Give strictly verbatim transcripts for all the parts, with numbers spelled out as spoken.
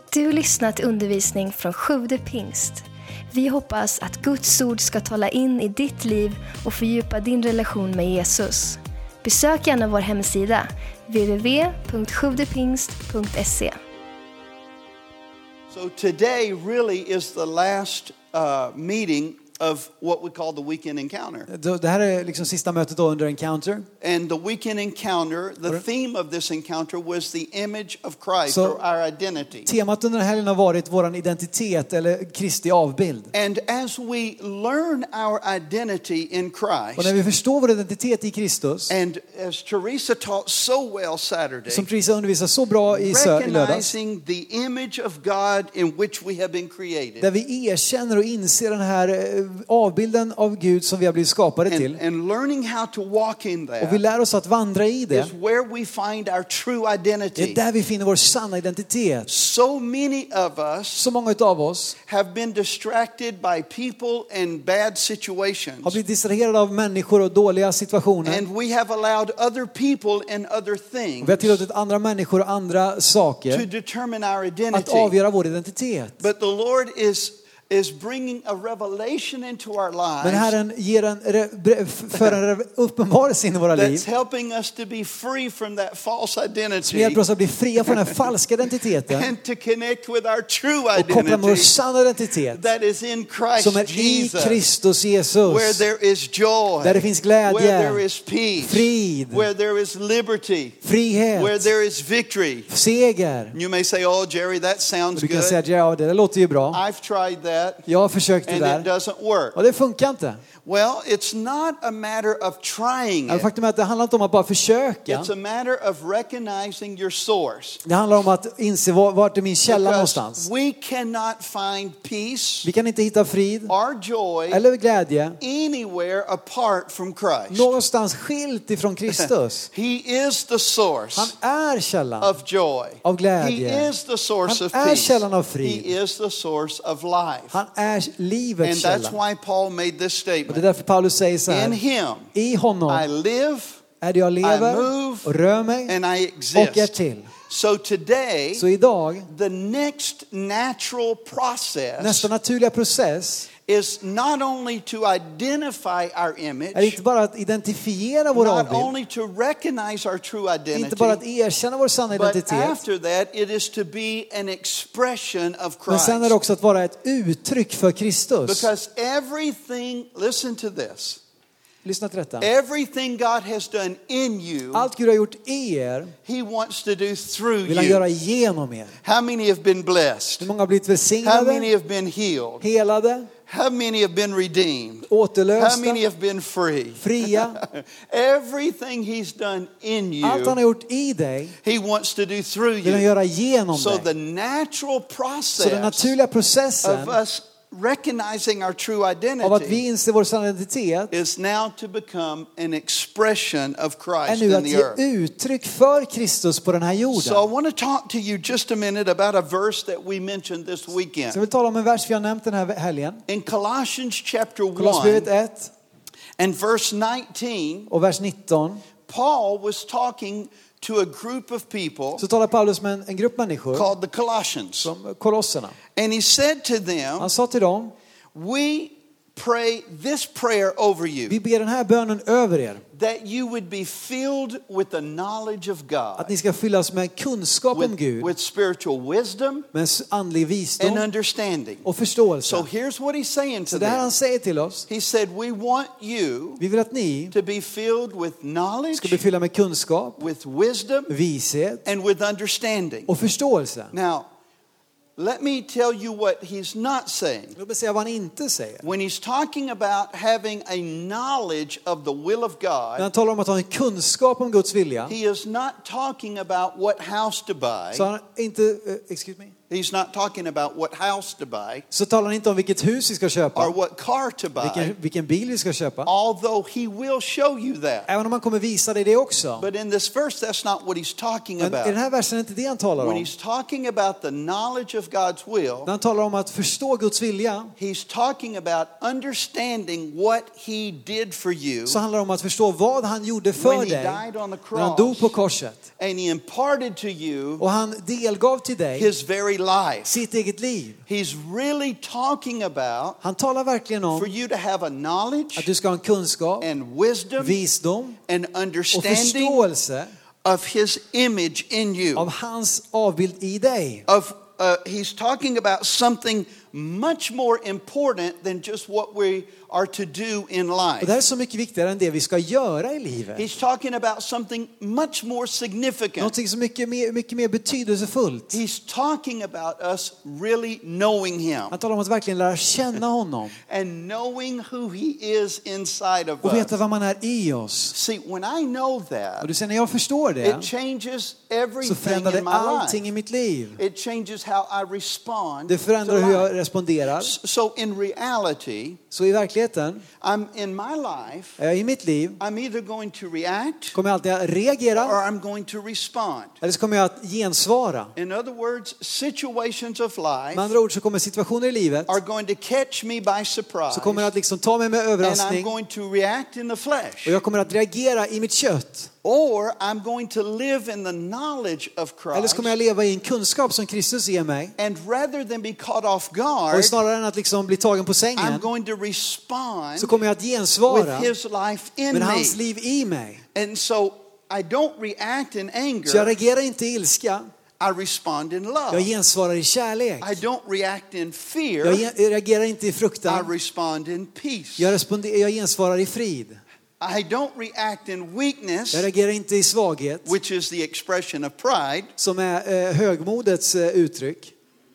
Du lyssnat till undervisning från Sjude Pingst. Vi hoppas att Guds ord ska tala in i ditt liv och fördjupa din relation med Jesus. Besök gärna vår hemsida w w w punkt sjuvdepingst punkt se. So today really is the last uh, meeting of what we call the weekend encounter. Det här är liksom sista mötet då under Encounter. And the weekend encounter, the theme of this encounter was the image of Christ, Så or our identity. Temat under den här helgen har varit våran identitet eller Kristi avbild. And as we learn our identity in Och när Christ, vi förstår vår identitet i Kristus, and as Teresa taught so well Saturday, som Teresa undervisar så bra i, sö- i lördags, recognizing the image of God in which we have been created, där vi erkänner och inser den här eh, avbilden av Gud som vi har blivit skapade and, till. and learning how to walk in Och vi that, lär oss att vandra i det. is where we find our true Det är identity. där vi finner vår sanna identitet. So many of us Så många av oss have been distracted by people and bad har situations. blivit distraherade av människor och dåliga situationer. And we have allowed other people and other things Vi har tillåtit andra människor och andra to saker determine our att identity. avgöra vår identitet. But the Lord is is bringing a revelation into our Men lives Herren ger en re- bre- för en uppenbarelse in i våra liv that's helping us to be free from that false som identity hjälper oss att bli fria från den här falska identiteten and to connect with our true och koppla med vår identity sanna identitet that is in Christ som är i Jesus, Kristus where Jesus, there is joy, där det finns where there glädje, is peace, frid, where there is liberty, where frihet, there is victory. seger. You may say, "Oh, Jerry, that sounds Du kan säga good. att ja, det där låter ju bra. I've tried that Jag har försökt det and it där doesn't work." och det funkar inte. Well, it's not a matter of trying Men it. faktum är att det handlar inte om att bara försöka. It's a matter of recognizing your source. Det handlar om att inse var- vart är min källa Because någonstans. we cannot find peace Vi kan inte hitta frid or joy eller glädje anywhere apart from Christ. någonstans skilt ifrån Kristus. He is the source Han är källan of joy. av glädje. He is the source Han of är peace. källan av frid. He is the source of life. Han är And livets that's källa. why Paul made this Och det är statement. därför Paulus säger så In här: him i I honom live är det jag lever I move och rör mig and I och är exist. till. So today, Så idag, the next natural process nästa naturliga process is not only to identify our är image, inte bara att identifiera vår not avbild, only to recognize our true inte bara att identity, erkänna vår sanna but identitet, after that it is to be an expression of men sen är det Christ. också att vara ett uttryck för Kristus. Because everything, listen to this, Lyssna till detta. everything God has done in you, Allt Gud har gjort i er He wants to do through vill han göra you. genom er. How many have been blessed? Hur många har blivit How many välsignade, have been healed? helade, How many have been redeemed? How återlösta, many have been free? fria? Everything He's done in Allt han har you, gjort i dig He wants to do through vill han you. göra genom So the dig. natural Så den process naturliga of processen us recognizing our true av att vi identity inser vår sanna identitet is now to become an expression of är Christ nu in att the ge earth. uttryck för Kristus på den här So I jorden. want to talk to you just a minute about a verse that we mentioned this Så jag weekend. vill tala om en vers vi har nämnt den här helgen. In Colossians chapter Kolosserbrevet one ett and verse nineteen, och vers nitton. Paul was talking to a group of people Så talar Paulus med en, en grupp människor, called the Colossians. som kolosserna. And he said to them, Han sa till dem: we pray this prayer over vi you, ber den här bönen över er, that you would be filled with the knowledge of att God, ni ska fyllas med kunskap om with, Gud, with spiritual wisdom med andlig and visdom understanding. och So förståelse. here's what he's saying Så to det här them. han säger till oss: He said, we want you vi vill att ni to be filled with ska bli knowledge, fyllda med kunskap, with wisdom, vishet and with understanding. och förståelse. Now, let me tell you what he's not saying. Låt mig säga vad han inte säger. When he's talking about having a knowledge of the will of När God, han talar om att ha en kunskap om Guds vilja, he is not talking about what house to buy. så han inte, uh, excuse me, He's not talking about what house to buy så talar han inte om vilket hus vi ska or köpa, what car to buy, vilken, vilken bil vi ska köpa. although he will show you that. Även om han kommer visa dig det också. But in this verse, that's not what he's talking Men i den about. här versen är det inte det han talar When om. he's talking about the knowledge of God's will, När han talar om att förstå Guds vilja, he's talking about understanding what he did for you så handlar det om att förstå vad han gjorde för when he dig died on the när han dog på cross, korset. and he imparted to you Och han delgav till dig his very very life. sitt eget liv. He's really talking about Han talar verkligen om for you to have a knowledge att du ska ha en kunskap, and wisdom visdom and och understanding förståelse of his image in you. av hans avbild i dig. Of uh, he's talking about something much more important than just what we are to do in Och det life. här är så mycket viktigare än det vi ska göra i livet. He's talking about something much more significant. Någonting som är mycket mer, mycket mer betydelsefullt. He's talking about us really knowing him Han talar om att verkligen lära känna honom and knowing who he is inside of och veta us. vad man är i oss. See, when I know Och that, du ser, när jag förstår it det changes så everything förändrar in det my allting life. i mitt liv. It changes how I respond Det to förändrar hur jag life. responderar. So in reality, Så i verkligheten, I'm in my life, eh, i mitt liv, I'm either going to react kommer jag alltid att reagera or I'm going to respond. eller så kommer jag att gensvara. In other words, situations of Med life andra ord så kommer situationer i livet are going to catch me by surprise, så kommer att liksom ta mig med and I'm överraskning going to react in the flesh. och jag kommer att reagera i mitt kött. Or I'm going to live in the knowledge of Eller så Christ, kommer jag leva i en kunskap som Kristus ger mig. and rather than be caught off Och guard, snarare än att liksom bli tagen på I'm sängen going to respond så kommer jag att with gensvara his life in med me. hans liv i mig. And so I don't react in Så jag anger, reagerar inte i ilska, I respond in jag love. gensvarar i kärlek. I don't react in Jag fear, gen- reagerar inte i I fruktan, respond in peace. jag, responder, jag gensvarar i frid. I don't react in weakness, Jag reagerar inte i svaghet, which is the expression of pride. som är eh, högmodets eh, uttryck.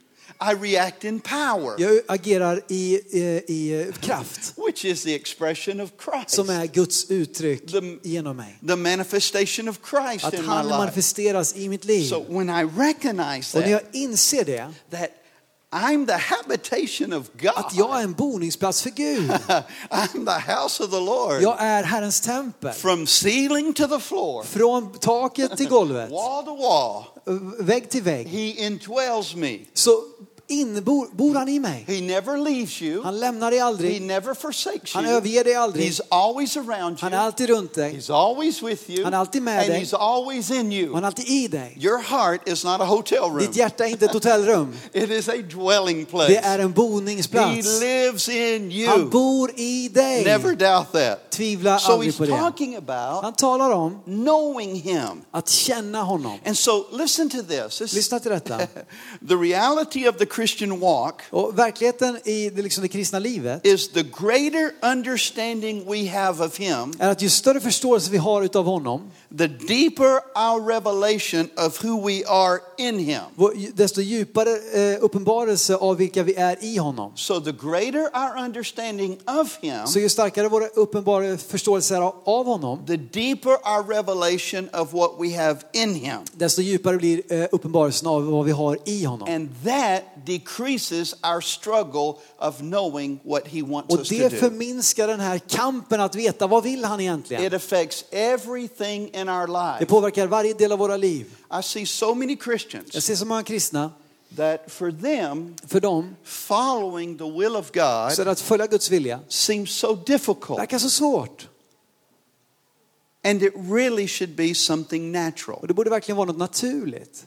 I react in power, Jag agerar i, eh, i eh, kraft, which is the expression of Christ. som är Guds uttryck The- genom mig. The manifestation of Christ Att in my han life. manifesteras i mitt liv. So when I recognize Och när jag that, inser det, that I'm the habitation of God, att jag är en boningsplats för Gud. I'm the house of the Lord, Jag är Herrens tempel. from ceiling to the floor, Från taket till golvet, wall to wall, vägg till vägg, he indwells me. så innebor bor han i mig. He never leaves you. Han lämnar dig He aldrig. never forsakes Han you. överger dig aldrig. He's always around Han är you. alltid runt dig. He's always with you. Han är alltid med And dig. he's always in Och you. han är alltid i dig. Your heart is not a hotel room. Ditt hjärta är inte ett hotellrum. It is a dwelling Det place. är en He boningsplats. lives in Han you. bor i dig. Never doubt that. Tvivla So aldrig he's på det. talking about Han talar om knowing him. att känna honom. And so listen to this. This is Lyssna till detta. the reality of the Christian walk Och verkligheten i det, liksom det kristna livet is the greater understanding we have of him, är att ju större förståelse vi har utav honom, the deeper our revelation of who we are in him. desto djupare eh, uppenbarelse av vilka vi är i honom. So the greater our understanding of him, Så ju starkare våra uppenbara förståelser av, av honom, the deeper our revelation of what we have in him. desto djupare blir eh, uppenbarelsen av vad vi har i honom. And that decreases our struggle of knowing what he wants Och us to det do. förminskar den här kampen att veta vad vill han egentligen. It affects everything in our Det life. påverkar varje del av våra liv. I see so many Christians Jag ser så många kristna, that for them, för dem following the will of God så är det att följa Guds vilja seems so difficult. verkar så svårt. And it really should be something natural. Och det borde verkligen vara något naturligt.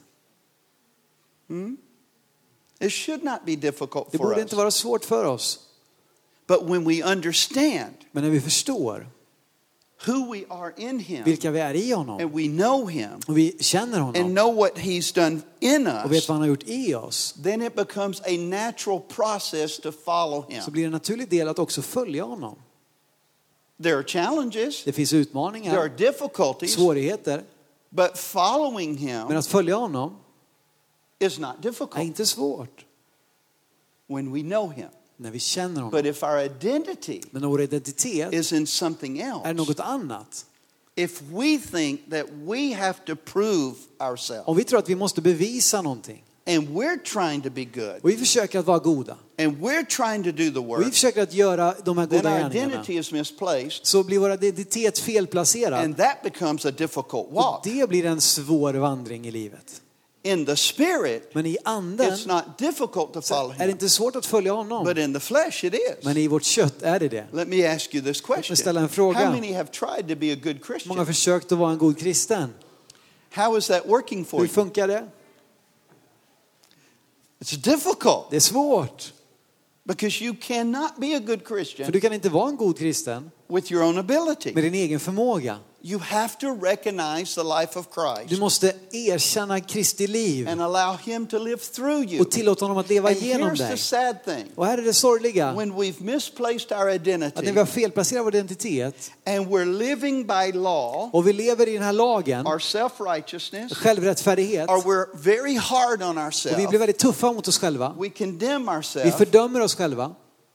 It should not be difficult Det for borde us. inte vara svårt för oss. But when we understand Men när vi förstår who we are in him, vilka vi är i honom and we know him, och vi känner and honom know what he's done in och vet us, vad han har gjort i oss, then it becomes a natural process to follow så him. blir det en naturlig del att också följa honom. There are challenges, Det finns there are utmaningar, difficulties, svårigheter, but following men him att följa honom is not är difficult inte svårt when we know him. när vi känner honom. But if our identity Men vår identitet is in something är else, något annat. if we think that we have to prove ourselves, Om vi tror att vi måste bevisa någonting and we're trying to be good, och vi försöker att vara goda and we're trying to do the och vi work, försöker att göra de här then goda our gärningarna, identity is misplaced, så blir vår identitet felplacerad. and that becomes a difficult Och walk. det blir en svår vandring i livet. In the spirit, Men i anden it's not difficult to follow är det him, inte svårt att följa honom. but in the flesh it is. Men i vårt kött är det det. Let me ask you this ställa question. en fråga. How many have tried to be a good Många har Christian? försökt att vara en god kristen. How is that working for Hur you? funkar det? It's difficult. Det är svårt. Because you cannot be a good Christian För du kan inte vara en god kristen with your own ability. med din egen förmåga. You have to recognize the life of Du Christ måste erkänna Kristi liv and allow him to live through you. och tillåta honom att leva And igenom here's the dig. sad thing. Och här är det sorgliga. When we've misplaced our Att när identity vi har felplacerat vår identitet and we're living by law och vi lever i den här lagen, or self-righteousness, självrättfärdighet, or we're very hard on och vi ourselves, blir väldigt tuffa mot oss själva. we condemn Vi ourselves, fördömer oss själva.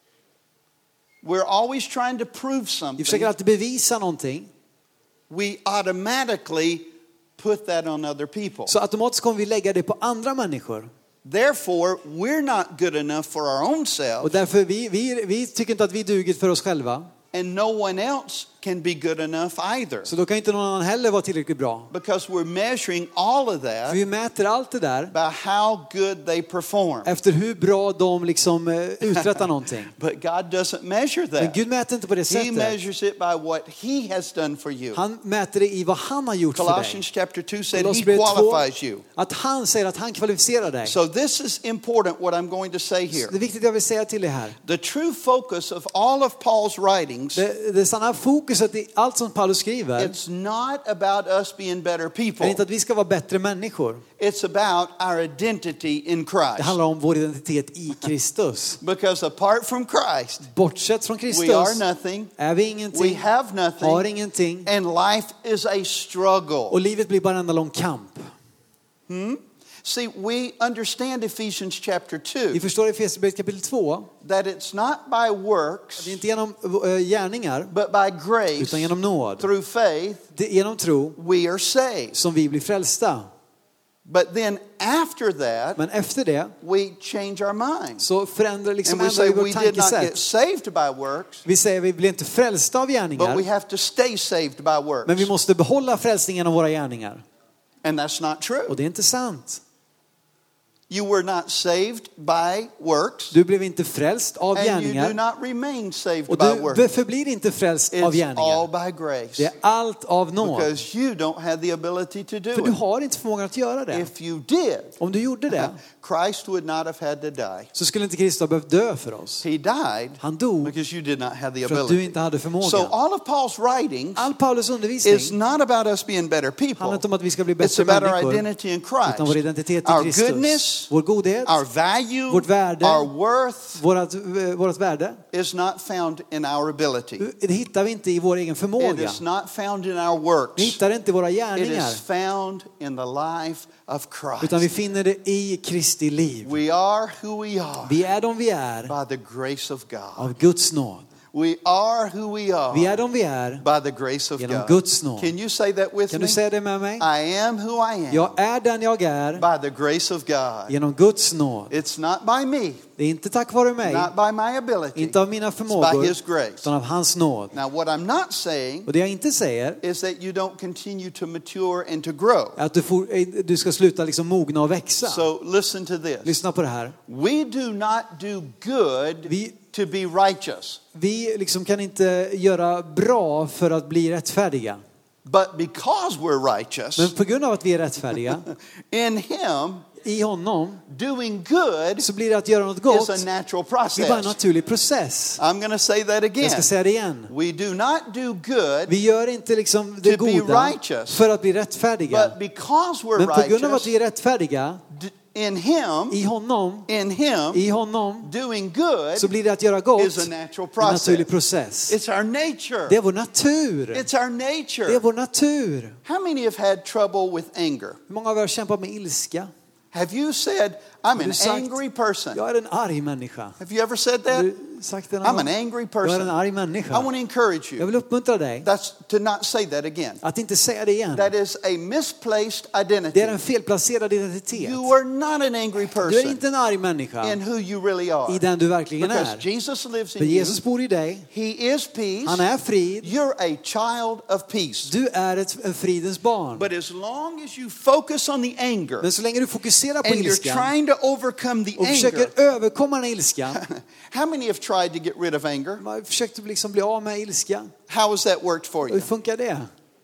we're always trying to prove Vi something, försöker alltid bevisa någonting. we automatically put that on other people. Så automatiskt kommer vi lägga det på andra människor. Therefore, we're not good enough for our own Och selves, därför vi, vi, vi tycker inte att vi duger för oss själva. and no one else can be good enough either. Så då kan inte någon annan heller vara tillräckligt bra. Because we're measuring all of För that vi mäter allt det där by how good they perform. efter hur bra de liksom eh, uträttar någonting. But God doesn't measure Men that. Gud mäter inte på det He sättet. measures it by what He has done for you. Han mäter det i vad han har gjort för Colossians dig. chapter two said He Kolosserbrevet qualifies you. två, att han säger att han kvalificerar dig. So this is important what I'm going to say Det here. är viktigt jag vill säga till dig här. The true focus of all of Paul's writings, Det, det sanna fokuset i allt som Paulus skriver it's not about us being better är people. inte att vi ska vara bättre människor. It's about our identity in Det Christ. handlar om vår identitet i Kristus. Because apart from Christ, Bortsett från we are Kristus nothing, är vi we ingenting, have har nothing, ingenting and life is a struggle. och livet blir bara en enda lång kamp. Hmm? See, we understand Ephesians chapter Vi two, förstår i Efesierbrevet kapitel två that it's not by works, det är inte genom äh, gärningar but by grace, utan genom nåd. through faith, Det är genom tro we are saved. som vi blir frälsta. But then after that, Men efter det we change our minds. så förändrar liksom And we say ändrar vi we vårt did not get tankesätt. saved by works, Vi säger vi blir inte frälsta av but we gärningar, have to stay saved by works. men vi måste behålla frälsningen av våra gärningar. And that's not true. Och det är inte sant. You were not saved by works, Du blev inte frälst av and you do gärningar not remain saved och by du works. förblir inte frälst av It's all gärningar. by grace. Det är allt av nåd. Because you don't have the ability to do För du it. har inte förmågan att göra det. If you did, Om du gjorde det Christ would not have had to die. så skulle inte Kristus ha behövt dö för oss. He died Han dog because you did not have the för att du ability. inte hade So förmågan. all of Paul's writings All Paulus undervisning is not about us being better handlar people. inte om att vi ska bli It's bättre about our människor, identity in utan vår Christ. identitet i Our Kristus. goodness, Vår godhet, our value, vårt värde, our worth vårt, vårt värde, is not found in our ability. det hittar vi inte i vår egen It förmåga. is not found in our Vi works. hittar det inte i våra It gärningar, is found in the life of utan vi Christ. finner det i Kristi liv. We are who we are Vi är de vi är by the grace of God. av Guds nåd. We are who we Vi are är de vi är by the grace of genom God. Guds nåd. Can you say that with Kan me? du säga det med mig? I am who I am Jag är den jag är by the grace of God. genom Guds nåd. It's not by me, Det är inte tack vare mig, not by my ability. inte av mina It's by förmågor, His grace. utan av hans nåd. Now what I'm not saying Och det jag inte säger is that you don't continue to mature and to grow. är att du, får, du ska sluta liksom mogna och växa. So listen to this. Lyssna på det här. We do not do good Vi, to be righteous, vi liksom kan inte göra bra för att bli rättfärdiga. but because we're righteous Men på grund av att vi är rättfärdiga in Him, i honom doing good så blir det att göra något gott. is a natural Det är bara en process. naturlig process. I'm going to say that Jag again. ska säga det igen. We do not do good, Vi gör inte liksom det To be goda righteous. för att bli rättfärdiga. but because Men we're på grund av att vi är righteous rättfärdiga d- in Him, i honom, in Him, i honom doing good så blir det att göra gott is a natural en naturlig process. process. It's our nature. Det är vår natur. It's our Det är nature. vår natur. How many have had trouble with anger? Hur många av er har kämpat med ilska? Have you said, I'm du an sagt, angry person? Jag är en arg människa. Have you ever said Har that? du sagt det någon I'm an gång? angry Jag är en person. arg I want människa. to encourage Jag you. vill uppmuntra dig That's to not say that again. att inte säga det igen. That is a misplaced Det identity. är en felplacerad identitet. You are not an angry Du är person inte en arg människa in who you really are. i den du verkligen Because är. Jesus lives För in you. Jesus bor i dig. He is peace. Han är frid. You're a child of peace. Du är ett en fridens barn. But as long as you focus on the anger Men så länge du fokuserar på and you're ilskan trying to overcome the och anger, försöker överkomma den ilskan. how many have tried to get rid of anger? Man har försökt liksom bli av med ilska. How has that worked for Och hur you? funkar det?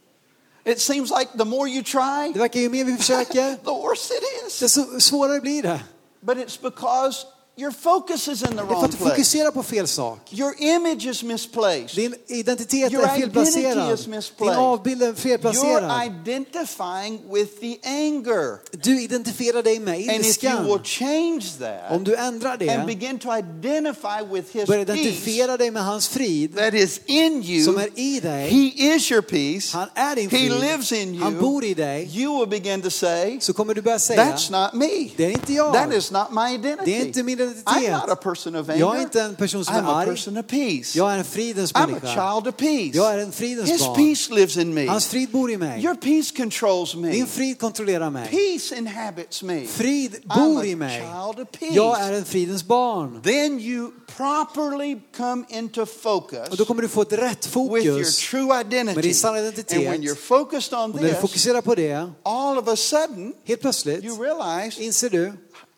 It seems like the more you try, Det verkar ju mer vi försöker, the worse it is. desto svårare blir det. But it's because your focus is in the Det är för wrong att du place. fokuserar på fel sak. Your image is misplaced. Din identitet Your är felplacerad. identity is misplaced. Din avbild är You're felplacerad. identifying with the anger. Du identifierar dig med And if you ilskan. will change that Om du ändrar and det, begin to identify with his börjar peace identifiera dig med hans frid that is in som you, är i dig. he is your peace, Han är din he frid. lives in Han you, bor i dig. you will begin to say, Så kommer du börja säga, that's not me. det är inte jag. That is not my Det är identity. inte min I'm identitet. not a person of Jag är anger. inte en person som I'm är a arg. person of peace. Jag är en fridens I'm a människa. child of peace. Jag är en fridens His barn. peace lives in me. Hans frid bor i mig. Your peace controls me. Din frid kontrollerar mig. Peace inhabits me. Frid I'm bor a i mig. child of peace. Jag är en fridens barn. Then you properly come into focus Och då kommer du få ett rätt with your fokus. true Med identity. din sanna identitet. And when you're focused on Och när du this, fokuserar på det, all of a sudden helt plötsligt you realize inser du,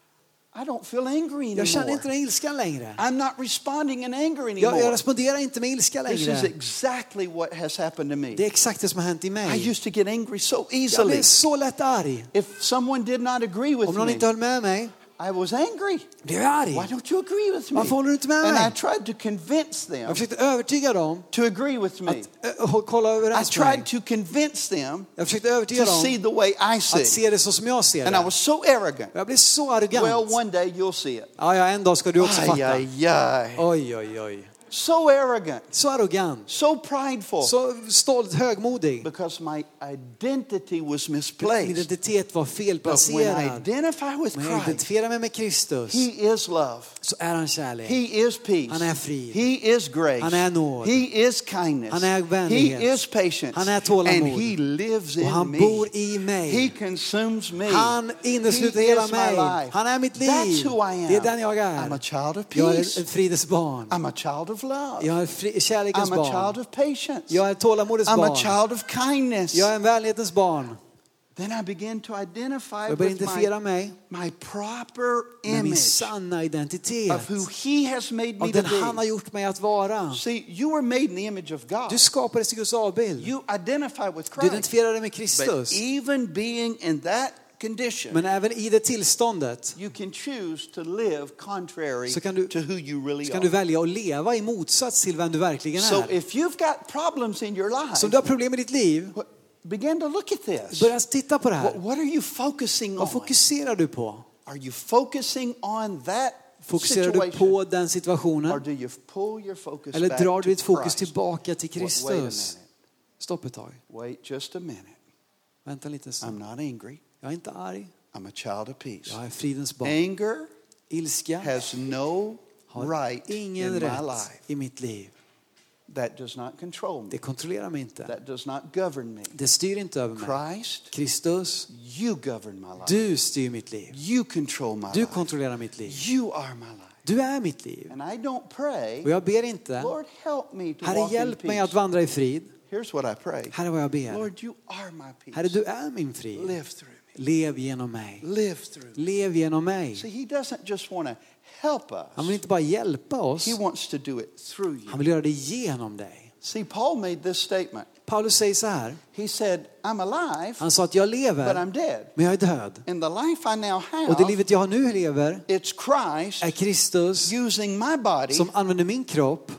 I don't feel angry jag känner anymore. inte den ilskan längre. I'm not responding in anger Jag, jag anymore. responderar inte med ilska This is längre. exactly what has happened to me. Det är exakt det som har hänt i I mig. used to get angry so Jag easily. blev så lätt arg. If someone did not agree with Om någon me, inte höll med mig, I was angry. blev jag arg. Why don't you agree with me? Varför håller du inte med And mig? I tried to convince them Jag försökte övertyga dem to agree with me. att äh, kolla I överens med mig. tried to convince them Jag försökte övertyga to see dem the way I att see. se det så som jag ser And I det. was so arrogant. Jag blev så Well, arrogant. one day you'll see it. Ja, ja, en dag ska du också Ay, fatta. ay, ay. Oj, oj, oj. So arrogant, Så arrogant. so prideful, Så stolt, högmodig. because my identity was Min misplaced. identitet var But when I felplacerad. identify with Men jag Christ, identifierar mig med Kristus, He is love. så är han kärlek. He is peace. Han är frid. He is grace. Han är nåd. He is kindness. Han är vänlighet. He is patience. Han är tålamod. And He lives Och in han me. bor i mig. He consumes me. Han innesluter He hela is my mig. life. Han är mitt That's liv. who I am. Det är den jag I'm a är. child of Jag peace. är ett fridens barn. I'm a child of love. Jag är fri, kärlekens I'm a child barn. of patience. Jag är tålamodets I'm a barn. child of kindness. Jag är en vänlighetens barn. Then I begin to identify Jag börjar with identifiera my, mig my proper med min image sanna identitet. of who He has made me Av to den han har be. gjort mig att vara. See, you were made in the image of God. Du skapades i Guds avbild. You identify with Du Christ. identifierar dig med But Kristus. even being in that condition, Men även i det tillståndet you can choose to live contrary Så kan du- to who you really så kan du are. välja att leva i motsats till vem du verkligen So är. if you've got problems in your Så om life, du har problem i ditt liv, begin to look at this. börja titta på det What, här. what are you focusing Vad on? fokuserar du på? Are you focusing on that Fokuserar du situation? på den Or situationen? do you pull your focus Eller back drar to du ditt fokus Christ? tillbaka till Wait, wait a Kristus? minute. Stopp ett tag. Wait just a minute. Vänta lite I'm så. not angry. Jag är inte arg. I'm a child of peace. Jag är fridens barn. Anger Ilska has no har right in ingen my rätt life. i mitt liv. That does not control me. Det kontrollerar mig inte. That does not govern me. Det styr inte över mig. Christ, Kristus, you govern my life. du styr mitt liv. You control my Du life. kontrollerar mitt liv. You are my life. Du är mitt liv. And I don't pray, Och jag ber inte, Lord, help me to Herre, walk in hjälp mig att peace. vandra i frid. Here's what I pray. Herre, vad jag ber. Lord, you are my peace. Herre, du är min frid. Live through me. Lev genom mig. Live through me. Lev genom mig. See, he doesn't just want to help Han us. vill inte bara hjälpa oss. He wants to do it through you. Han vill göra det genom dig. See, Paul made this statement. Paulus säger så här. He said, I'm alive, Han sa att jag but lever, I'm dead. men jag är död. And the life I now Och det have, livet jag nu lever it's Christ är Kristus using my body som använder min kropp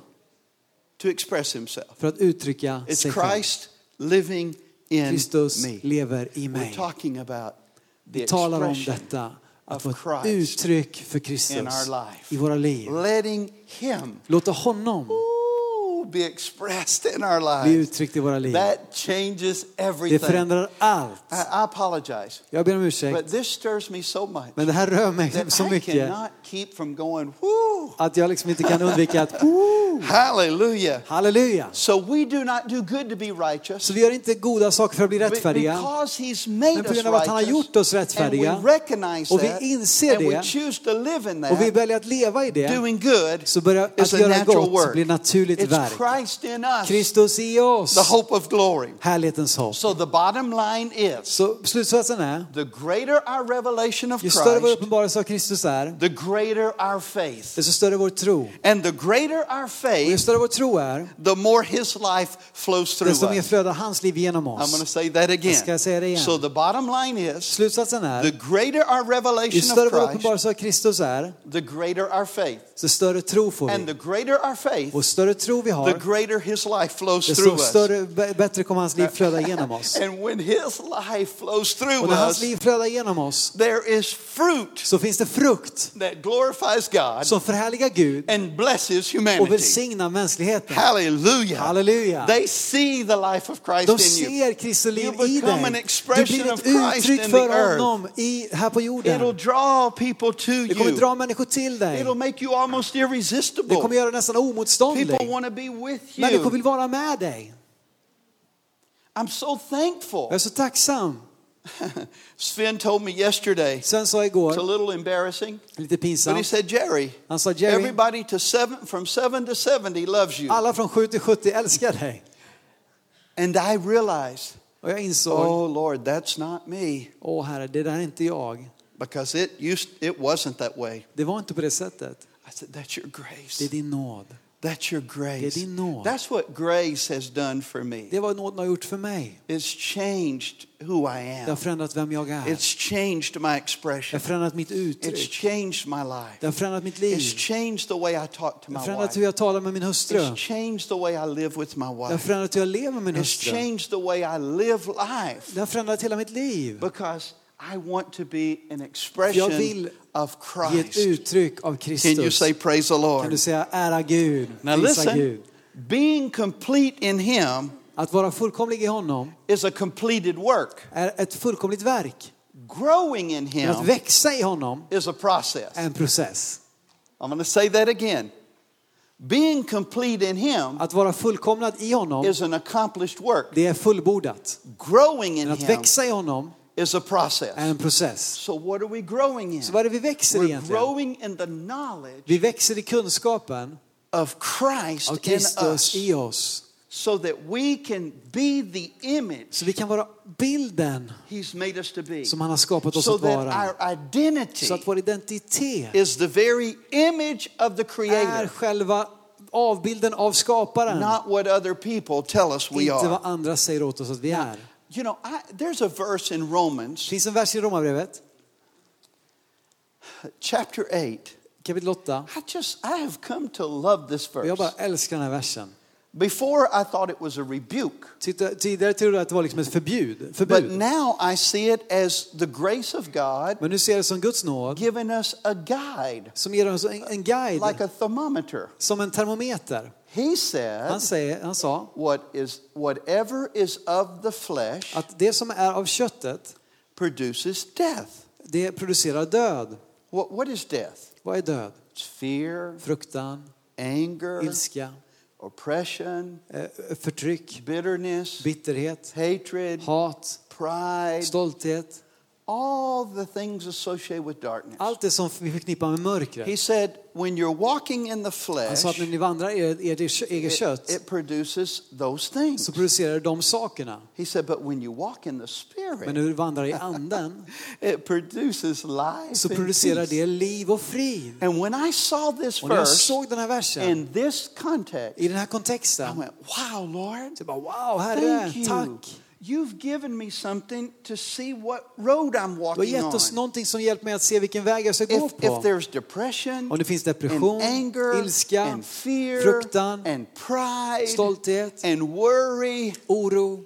to express himself. för att uttrycka It's sig själv. Christ living in Kristus me. lever i We're mig. talking about the Vi talar om expression detta, att of få ett Christ uttryck för in Kristus our life. i våra liv. Letting him Låta honom ooh, be expressed in our bli lives. uttryckt i våra liv. That changes Det everything. förändrar allt. I, I apologize, Jag ber om but ursäkt, this stirs me so much men det här rör mig that så I mycket cannot keep from going, whoo, att jag liksom inte kan undvika att hallelujah. halleluja. So we do not do good to be righteous. Så vi gör inte goda saker för att bli Be- rättfärdiga. Because he's made Men på us grund av att han har righteous, gjort oss and rättfärdiga we recognize och vi that, inser and we det choose to live in och vi that, väljer att leva i det, doing good så börjar is att a göra natural gott work. bli naturligt It's verk. Christ in us, Kristus i oss, the hope of glory. härlighetens hopp. So the bottom line is, Så slutsatsen är, the greater our revelation of ju större vår Christ, uppenbarelse av Kristus är, the greater our faith. desto större vår tro. And the greater our Och ju faith, större vår tro är, the more his life flows through desto mer us. flödar hans liv genom I'm going to oss. say that Jag ska again. säga det igen. So the bottom line is, Slutsatsen the är, greater our ju revelation större of vår Christ, uppenbarelse av Kristus är, the greater our faith. desto större tro får And vi. the greater our faith, Och större tro vi the har, greater his life flows desto through us. större, b- bättre kommer hans liv flöda genom oss. And when his life flows Och through när hans us, liv flödar genom oss, there is fruit så finns det frukt that glorifies God som förhärligar Gud and blesses och humanity. välsignar mänskligheten. Hallelujah. Halleluja. They see the life of Christ De in you. ser Kristi liv You i become an dig. Du expression blir of ett Christ uttryck in för the earth. honom i, här på It'll jorden. draw people to Det kommer you. dra människor till dig. It'll make you almost Det irresistible. kommer göra nästan People omotståndlig. want to be with Människor you. vill vara med dig. I'm so thankful. Jag är så tacksam. Sven told me yesterday, Sven sa it's a igår, little embarrassing, lite but he pinsamt, said, Jerry, han sa Jerry, everybody to seven, from seven to seventy loves you. alla från sju till sjuttio älskar dig. And I realized, Och jag insåg, oh Lord, that's not me. åh herre, det där är inte jag. Because it used, it wasn't that way. Det var inte på det sättet. I said, that's your Det är grace. din nåd. That's your Det är grace. din nåd. That's what grace has done for me. Det är vad nåden har gjort för mig. It's changed who I Det har am. förändrat vem jag är. It's changed my Det expression. har förändrat mitt It's uttryck. changed my life. Det har förändrat mitt liv. It's changed the way I talk to Det my har förändrat wife. hur jag talar med min hustru. It's changed the way I live with my Det har wife. förändrat hur jag lever med min It's hustru. changed the way I live life. Det har förändrat hela mitt liv. Because I want to be an Jag expression vill of ge ett Christ. uttryck av Can you Kristus. say praise the Kan Lord? du säga ära Gud, Now prisa listen, Gud. being complete in him Att vara fullkomlig i honom is a completed work. är ett fullkomligt verk. Growing in Men att him växa i honom is a process. är en process. I'm going to say that again. Being complete in him Att vara fullkomnad i honom, is an accomplished work. det är fullbordat. Growing in Men att him växa i honom is a process. är en process. So what are we growing in? Så vad är det vi växer i We're egentligen? growing in the knowledge Vi växer i kunskapen of Christ av in Kristus us, i oss. so that we can be the image Så vi kan vara bilden he's made us to be. som han har skapat oss So att that vara. our identity Så att vår identitet is the very image of the är Creator, själva avbilden av skaparen. not what other people tell us we Inte are. vad andra säger åt oss att vi är. You know, I, there's a verse in Romans Det finns en vers i Romarbrevet, chapter eight. kapitel åtta. I just, I have come to love this Och jag bara verse. älskar den här versen. Before I thought it was a rebuke, Titta- Tidigare trodde jag att det var liksom ett förbud. but förbud. now I see it as the grace of God Men nu ser jag det som Guds nåd giving us a guide, som ger oss en, en guide, like a thermometer. som en termometer. He said, Han, säger, han sa what is, whatever is of the flesh att det som är av köttet, produces death. det producerar död. What, what is death? Vad är död? It's fear, Fruktan, anger, ilska, oppression, eh, förtryck, bitterness, bitterhet, hatred, hat, pride, stolthet. all the things associated with darkness. Allt det som vi förknippar med mörkret. He said, when you're walking in the Han flesh, sa att när ni vandrar i ert ert eget it, kött it produces those things. så producerar det de sakerna. He said, but when you walk in the Men spirit, när du vandrar i anden it produces life så and producerar peace. det liv och frid. And when I saw this Och när jag verse såg den här versen in this context, i den här I kontexten, went, wow, Lord, så jag bara wow, Herre, thank you. tack. You've given me something to see what road I'm Du har walking gett oss on. någonting som hjälper mig att se vilken väg jag ska gå If, if på. there's depression, Om det finns and depression, anger, ilska, and fear, fruktan, and pride, stolthet, and worry, oro,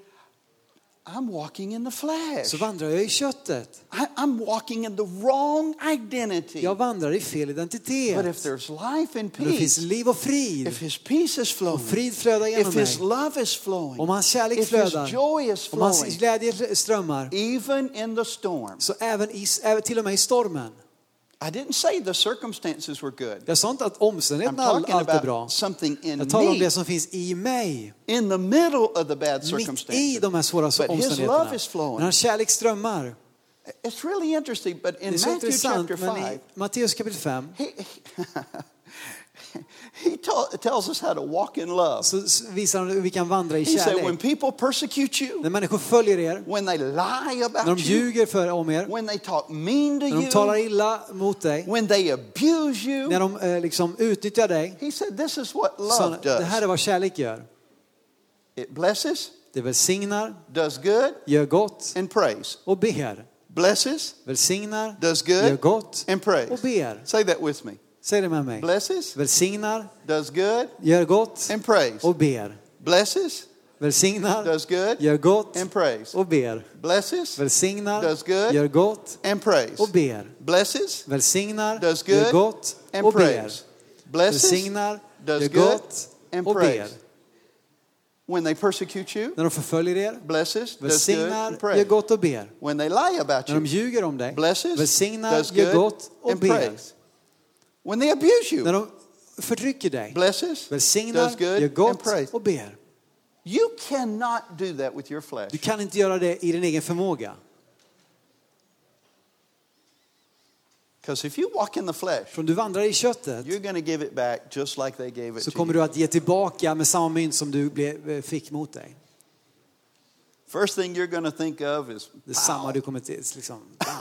I'm walking in the flesh. så vandrar jag i köttet. I, I'm walking in the wrong identity. Jag vandrar i fel But if identitet. there's life and Men det finns peace, liv och frid. if his peace is Och flowing, frid flödar genom if his mig. love is flowing, Om hans kärlek if his flödar, joy is om hans flowing, glädje strömmar, even in the storm. så även i, även till och med i stormen. I didn't say the circumstances were good. Jag sa inte att I'm omständigheterna all- talking allt är bra. about something in Jag talar om me, det som finns i mig. in the middle of the bad Mitt i circumstances. de här svåra But his omständigheterna. love is flowing. När hans kärlek strömmar. It's really interesting, but Det in är så Matthew intressant, chapter men i five, Matteus kapitel fem he, He ta- tells us how to walk in love. Så visar han hur vi kan vandra i He said, when kärlek. people persecute you, När människor följer er, when they lie när de about you, ljuger för om er, when they talk mean to när de talar you, illa mot dig, when they abuse you, när de eh, liksom utnyttjar dig, he said, this is what så love det här är does. vad kärlek gör. It blesses, Det välsignar, does good, gör gott and prays. och ber. Blesses, Välsignar, does gör good, gott and prays. och ber. Say that with me. Säg det med mig. Blesses, Välsignar, does good, gör gott and prays. och ber. Blesses, Välsignar, does good, gör gott and prays. och ber. Blesses, Välsignar, does good, gör gott and prays. och ber. Blesses, Välsignar, does gör good, gott and och ber. prays. Blesses, Välsignar, does gör good, gott and och ber. prays. When they persecute you, När de förföljer er, blesses, does good, välsignar, and gör prays. gott och ber. When they lie about När de you, ljuger om dig, blesses, välsignar, does gör good, gott och and ber. prays. When they abuse När you, de förtrycker dig, blesses, välsignar, does good, gör and gott prays. och ber. You cannot do that with your flesh. Du kan inte göra det i din egen förmåga. Because if you walk in the flesh, För om du vandrar i köttet you're going to give it back just like they gave it så to kommer you. du att ge tillbaka med samma mynt som du blev, fick mot dig. First thing you're going to think of is, Det är samma du kommer till. Liksom.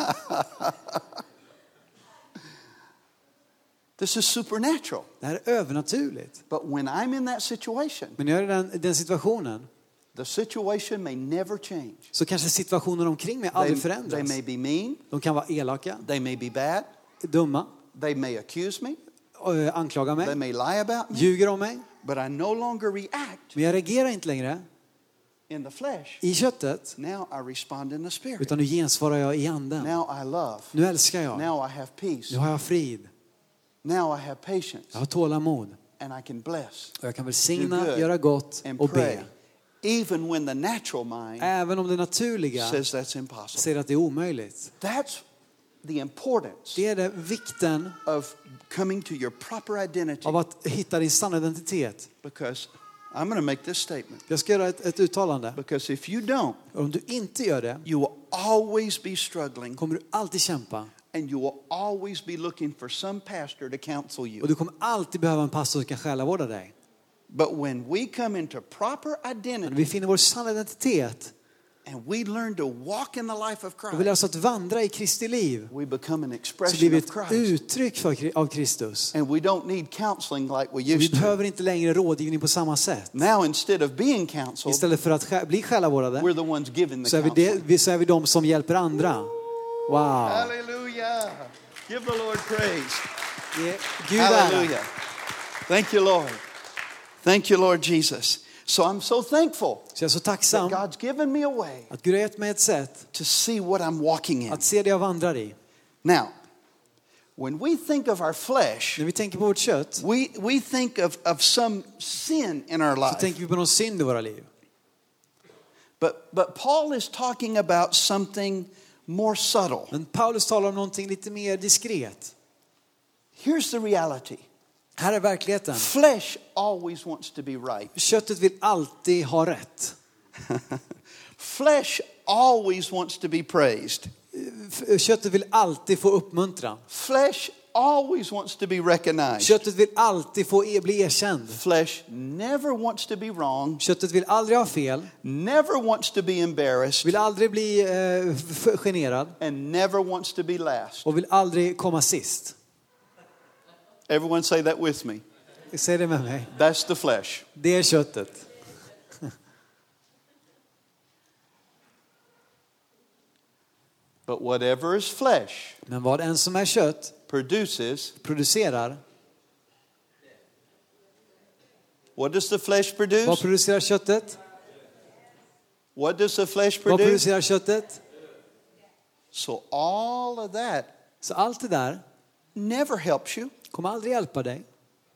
this is supernatural. Det här är övernaturligt. But when I'm in that situation, Men när jag är i den, den situationen the situation may never change. så kanske situationen omkring mig They, aldrig they förändras. may be mean, De kan vara elaka, they may be bad, dumma, they may accuse me, äh, anklaga they mig, may lie about me, ljuger om mig. but I no longer react Men jag reagerar inte längre in the flesh. i köttet, Now I respond in the spirit. utan nu gensvarar jag i anden. Now I love. Nu älskar jag. Now I have peace. Nu har jag frid. Now I have patience. Jag har tålamod. And I can bless Och jag kan Do välsigna, good göra gott and och pray. be. Even when the natural mind Även om det naturliga says that's impossible. säger att det är omöjligt. That's the importance Det är det vikten of coming to your proper identity. av att hitta din sanna identitet. Because I'm going to make this statement. Jag ska göra ett, ett uttalande. Because if you don't, Om du inte gör det you will always be struggling kommer du alltid kämpa. and you will always be looking for some pastor to counsel you. Och du kommer alltid behöva en pastor som kan själavårda dig. But when we come into proper När identity vi finner vår sanna identitet and we learn to walk in the life of och vi lär Christ, oss att vandra i Kristi liv we become an så blir expression vi of ett Christ. uttryck för, av Kristus. And we don't need counseling like we Vi used to. behöver inte längre rådgivning på samma sätt. Now instead of being counseled, Istället för att sjä- bli själavårdade we're the ones giving the så är, vi counseling. det, vi- så är vi de som hjälper andra. Wow. Hallelujah. Give the Lord praise. Ge Gud ära. Hallelujah. Thank you, Lord. Thank you, Lord Jesus. So I'm so thankful Så jag är så that tacksam God's given me a way att Gud har gett mig ett sätt to see what I'm walking in. att se det jag vandrar i. Now, when we think of our flesh, När vi tänker på vårt kött we, we think of, of some sin in our så life. tänker vi på någon synd i våra liv. But, but Paul is talking about something more subtle. Men Paulus talar om någonting lite mer diskret. Here's the reality. Här är verkligheten. Flesh always wants to be right. Köttet vill alltid ha rätt. Flesh always wants to be praised. F- Köttet vill alltid få uppmuntran. Flesh always wants to be recognized. Köttet vill alltid få e- bli erkänd. Flesh never wants to be wrong, Köttet vill aldrig ha fel, never wants to be embarrassed, vill aldrig bli eh, f- generad and never wants to be last. och vill aldrig komma sist. Everyone say that with me. Säg det med mig. That's the flesh. Det är köttet. But whatever is flesh Men vad en som är kött produces, producerar, what does the flesh vad produce? producerar köttet? What does the flesh Vad produce? producerar köttet? So all of that Så allt det där never helps you, kommer aldrig hjälpa dig.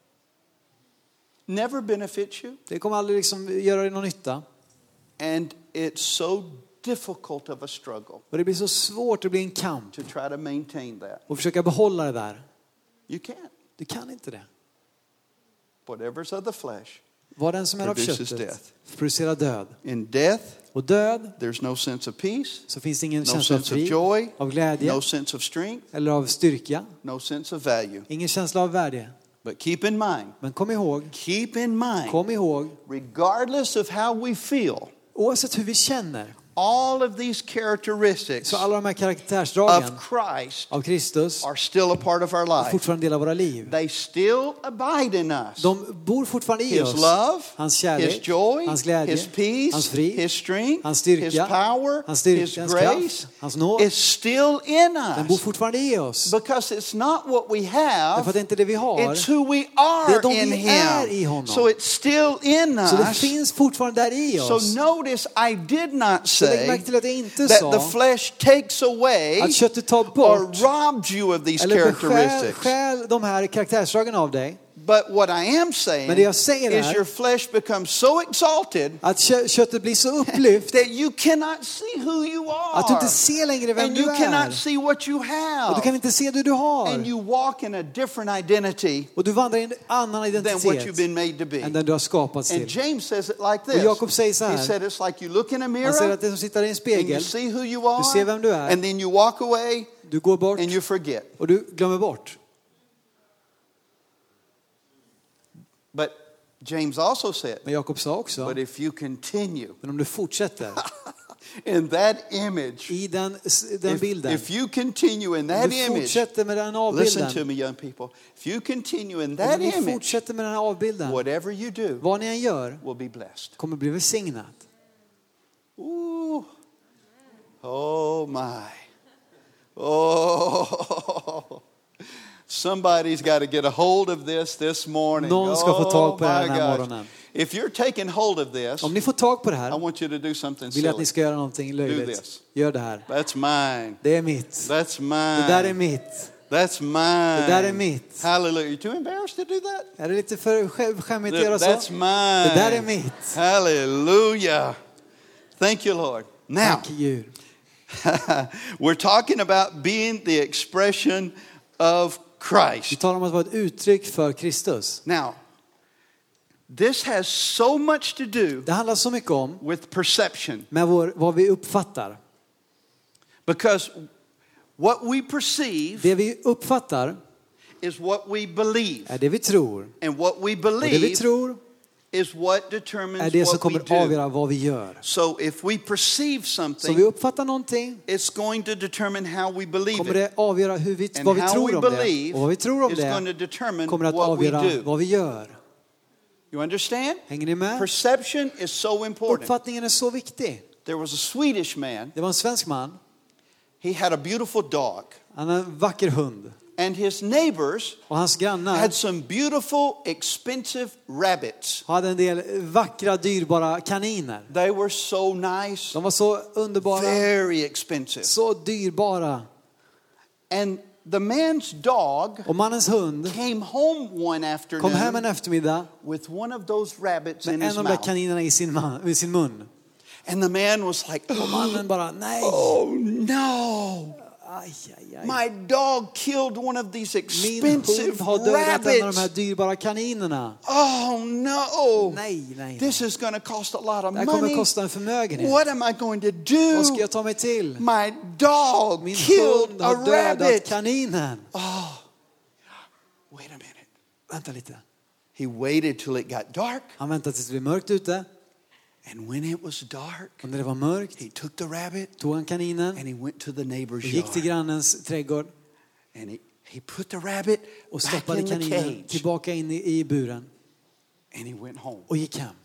never benefits you, Det kommer aldrig liksom göra dig någon nytta. and it's so difficult of a struggle Och det blir så svårt, det blir en kamp. to try to maintain that. Och försöka behålla det där. You can't. Du kan inte det. Whatever's of the flesh Vad den som är av produces köttet death. producerar död. In death, Och död there's no sense of peace, så finns det ingen no känsla av sense of frid, joy, av glädje no sense of strength, eller av styrka. no sense of value. Ingen känsla av värde. But keep in mind, Men kom ihåg, keep in mind, kom ihåg, regardless of how we feel, oavsett hur vi känner, all of these characteristics så alla de här karaktärsdragen of Christ av Kristus are still a part of our är life. fortfarande en del av våra liv. They still abide in us. De bor fortfarande i His oss. love, Hans kärlek, His joy, hans glädje, His peace, hans frid, His strength, hans His styrka, power, hans styrka, His hans grace kraft, hans nåd. is still in Den bor us. fortfarande i oss. Because it's not what we Därför have, att det är inte det vi har. it's who we Det är are de in vi är i Him. honom. So it's still in Så det us. finns fortfarande där i So oss. notice I did not Så lägg say märke till att jag inte that sa the flesh takes away att köttet tar or bort robs you of these eller bestjäl characteristics. stjäl de här karaktärsdragen av dig. But what I am saying Men det jag säger is är your flesh becomes so exalted att kö- köttet blir så upplyft that you cannot see who you are. att du inte ser längre vem And du you cannot är. see what you Och have. du kan inte se det du And har. you walk in a different identity Och du vandrar i en annan than what you've identitet been made to be. än den du har skapats And till. James says it like Och this. Jakob säger så He här. said it's like you look in a Han säger mirror att det som sitter i en and you spegel, see who you du ser are vem du är, and then you walk away du går bort and you forget. och du glömmer bort. But James also said, Men Jakob sa också, but if you continue men om du fortsätter in that image, i den, den if, bilden, if you continue in om that du image, fortsätter med den listen to avbilden, me young people, if you continue in om that ni image, fortsätter med den här avbilden, whatever you do vad ni än gör will be blessed. kommer bli välsignat. Ooh. Oh my. Oh. Somebody's got to get a hold of this this morning. Någon ska få tag på det här Oh den my här gosh. morgonen. If you're taking hold of this, Om ni får tag på det I här, want you to do something vill jag att ni silly. ska göra någonting Do löjligt. this. Gör det här. That's mine. Det är mitt. That's Det där är mine. mitt. That's mine. Det där är mitt. Hallelujah. You're too embarrassed to do that? Är det lite för skäm- skämmigt att göra så? That's mine. Det där är mitt. Hallelujah. Thank you, Lord. Now, Tack Gud. we're talking about being the expression of Vi Christ. talar om att vara ett uttryck för Kristus. Now, this has so much to do Det handlar så mycket om with perception. med vår, vad vi uppfattar. Because what we perceive Det vi uppfattar is what we believe. är det vi tror. And what we Och det vi believe tror is what är determines det som what we kommer do. avgöra vad vi gör. So if we perceive Så vi something, uppfattar någonting, it's going to determine how we believe kommer it. det avgöra hur vi, And vad vi how tror we om det. believe Och vad vi tror om is going to det determine kommer att what we avgöra do. vad vi gör. You understand? Hänger ni med? Perception is so important. Uppfattningen är så viktig. There was a Swedish man. Det var en svensk man. He had a beautiful dog. Han hade en vacker hund. And his neighbors Och hans grannar had some beautiful, expensive rabbits. hade en del vackra, dyrbara kaniner. They were so nice, De var så underbara, very expensive. så dyrbara. And the man's dog Och mannens hund came home one kom hem en afternoon eftermiddag with one of those rabbits med in en his av de där mouth. kaninerna i sin, man, i sin mun. And the man was like, Och mannen bara, nej. oh no, Aj, aj, aj. my dog killed one of these Min hund expensive har dödat en av de här rabbits. dyrbara kaninerna. Oh no, Nej, nej. this is going to cost a lot of Det här kommer money. kosta en förmögenhet. What am I going to do? Vad ska jag ta mig till? My dog Min killed hund a har dödat rabbit. kaninen. Oh, wait a minute. Vänta lite. He waited till it got dark. Han väntade tills det blev mörkt ute. And when it was dark, Och när det var mörkt he took the rabbit tog han kaninen and he went to the neighbor's och gick till yard. grannens trädgård And he, he put the rabbit och back stoppade in the kaninen cage. tillbaka in i, i buren And he went home. och gick hem.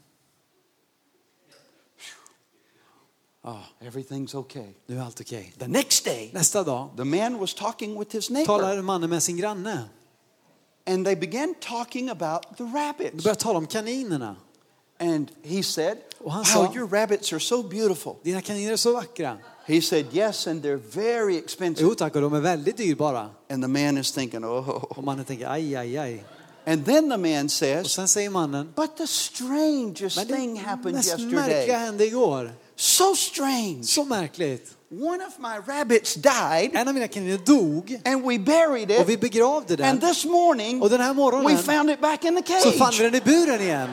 Oh, everything's okay. Nu är allt okej. The next day, Nästa dag the man was talking with his neighbor. talar mannen med sin granne. And they began talking about the De rabbits. började tala om kaninerna. And he said, Och han wow, sa- your rabbits are so beautiful. Dina kaniner är så vackra. He said, yes, and they're very expensive. Jo tack, och de är väldigt dyrbara. And the man is thinking, oh. Och mannen tänker, aj, aj, aj. And then the man Och says, sen säger mannen, but the strangest men thing det happened mest märkliga yesterday. hände igår. So strange. Så märkligt. One of my rabbits died En av mina kaniner dog and we buried och vi it. begravde den. And this morning Och den här we morgonen found it back in the så fann vi cage. den i buren igen.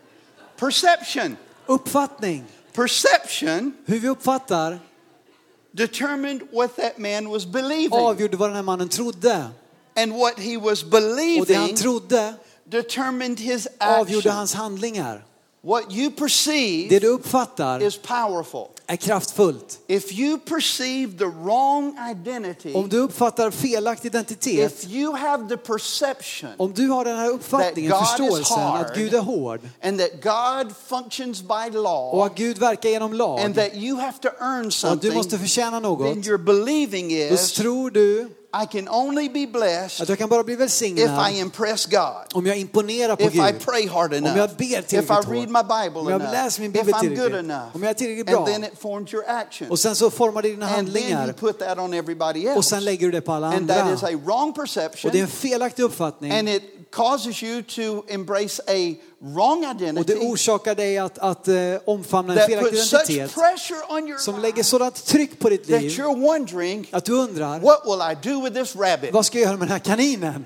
Perception. Uppfattning. Perception Hur vi uppfattar determined what that man was believing. avgjorde vad den här mannen trodde. And what he was Och det han believing trodde determined his avgjorde action. hans handlingar. What you Det perceive du uppfattar is powerful. är kraftfullt. If you perceive the wrong identity, Om du uppfattar felaktig identitet, if you have the perception om du har den här uppfattningen, that God is förståelsen hard, att Gud är hård and that God functions by och law, att Gud verkar genom lag and that you have to earn och att du something, måste förtjäna then något, your believing då is, tror du I can only be att blessed jag kan bara bli if välsignad I impress God. om jag imponerar på If I Gud, pray hard om jag enough, ber if I tillräckligt read hårt, my Bible om jag enough, läser min if bibel I'm good tillräckligt, enough, om jag är tillräckligt bra, and then it forms your action. och sen så formar det dina And then you handlingar put that on everybody och else. sen lägger du det på alla And that andra. is a wrong Och det är perception, en felaktig uppfattning and it causes you to embrace a wrong och det identity orsakar dig att, att uh, omfamna en that felaktig puts such identitet pressure on your som life lägger sådant tryck på ditt that liv you're wondering, att du undrar, what will I do with this rabbit? vad ska jag göra med den här kaninen?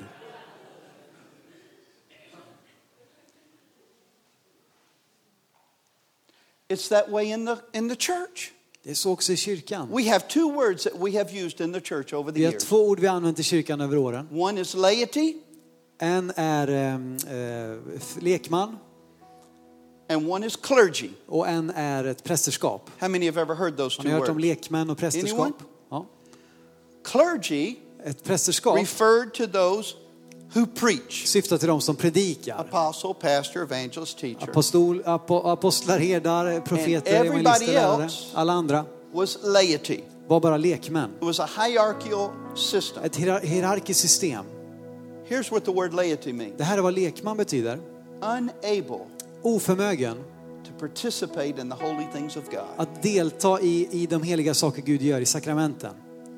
It's that way in the in the church. Det är så också i kyrkan. We have two words that we have used in the church over the Vi har years. två ord vi har använt i kyrkan över åren. One is laity, En är eh, lekman and one is clergy. och en är ett prästerskap. How many have ever heard those Har two ni hört om words? lekmän och Anyone? prästerskap? Ja. Clergy Ett prästerskap referred to those who preach. syftar till de som predikar. Apostle, pastor, evangelist, teacher. Apostol, apo, apostlar, herdar, profeter, And everybody evangelister, lärare. else Alla andra Was laity. var bara lekmän. It was a hierarchical system. Ett hierar- hierarkiskt system. Here's what the word laity means. Det här är vad lekman betyder. Unable Oförmögen to participate in the holy things of God. att delta i, i de heliga saker Gud gör i sakramenten.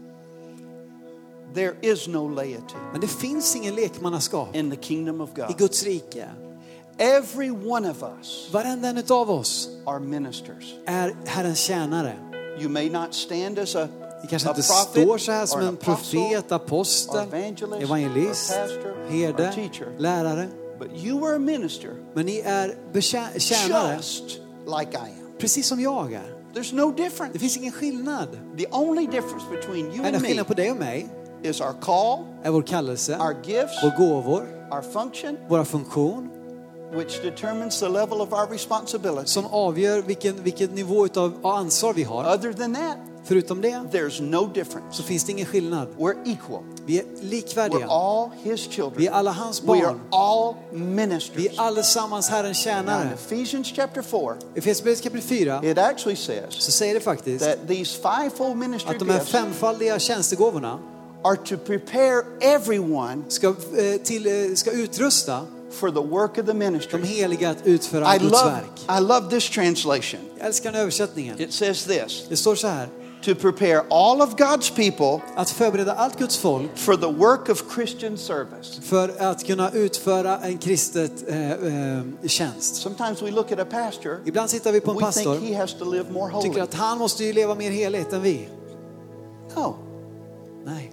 There is no laity Men det finns ingen lekmannaskap in the kingdom of i God. Guds rike. Every one of us Varenda en av oss are ministers. är Herrens tjänare. You may not stand as a, Vi kanske a inte prophet står så här som or an en apostle, profet, apostel, or evangelist, evangelist, or pastor, or herde, teacher. lärare. But you are a minister Men ni är betjä- tjänare just like I am. precis som jag är. There's no Det difference. finns ingen skillnad. The only difference between you Enda and me skillnad på dig och mig is our call, är vår kallelse, our gifts, vår gåvor, our function, våra funktion which determines the level of our responsibility. som avgör vilken, vilken nivå av ansvar vi har. Other than that, Förutom det there's no difference. så finns det ingen skillnad. We're equal. Vi är We're likvärdiga. all his Vi children. är alla hans We are barn. all Vi ministers. är allesammans Herrens Now in tjänare. Ephesians chapter four, I Efesierbrevet kapitel fyra it actually says så säger det faktiskt that these fivefold ministry att de här gifts femfaldiga tjänstegåvorna are to prepare everyone ska, eh, till, eh, ska utrusta for the work of the ministry. de heliga att utföra I Guds love, verk. I love this translation. Jag älskar den översättningen. It says this, Det står så här: to prepare all of God's people att förbereda allt Guds folk for the work of Christian service. för att kunna utföra en kristet eh, eh, tjänst. Sometimes we look at a pastor, Ibland sitter vi på en we pastor think he has to live more och tycker holy. att han måste ju leva mer heligt än vi. No. Nej.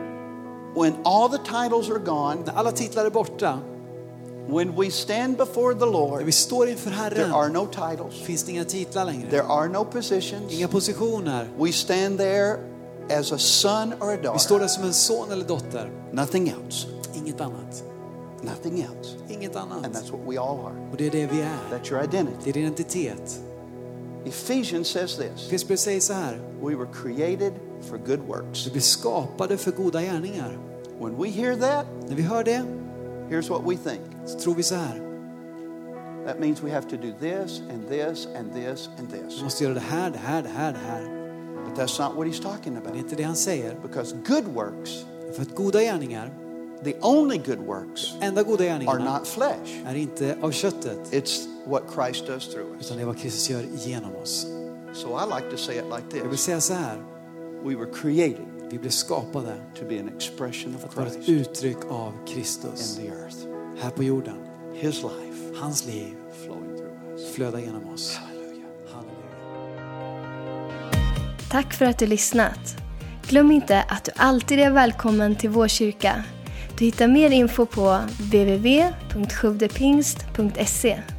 When all the titles are gone, När alla titlar är borta, when we stand before the när Lord, vi står inför there are Herren, no titles. finns det inga titlar längre. There are no positions. Inga positioner. We stand there as a son or a Vi står daughter. där som en son eller dotter. Nothing else. Inget annat. Nothing else. Inget And annat. that's what we all are. Och det är det vi är. That's your identity. Det är din identitet. Ephesians says this. Efesierbrevet säger så här: We were created for good works. vi blir skapade för goda gärningar. When we hear that, När vi hör det here's what we think. så tror vi så här: That means we have to do this and this and this and vi this. måste göra det här, det här, det här, det här. But that's not what he's talking Men det är about. inte det han säger. Because good works, För att goda gärningar, the only good works, enda goda are gärningarna, not flesh. är inte av köttet, It's what Christ does through us. utan det är vad Kristus gör genom oss. So I like to say it like Jag vill this. säga så här: We were created vi blev skapade to be an expression of att vara ett Christ uttryck av Kristus in the earth. här på jorden. His life Hans liv flowing through us. flödar genom oss. Hallelujah. Halleluja. Tack för att du lyssnat. Glöm inte att du alltid är välkommen till vår kyrka. Du hittar mer info på w w w punkt skövdepingst punkt se.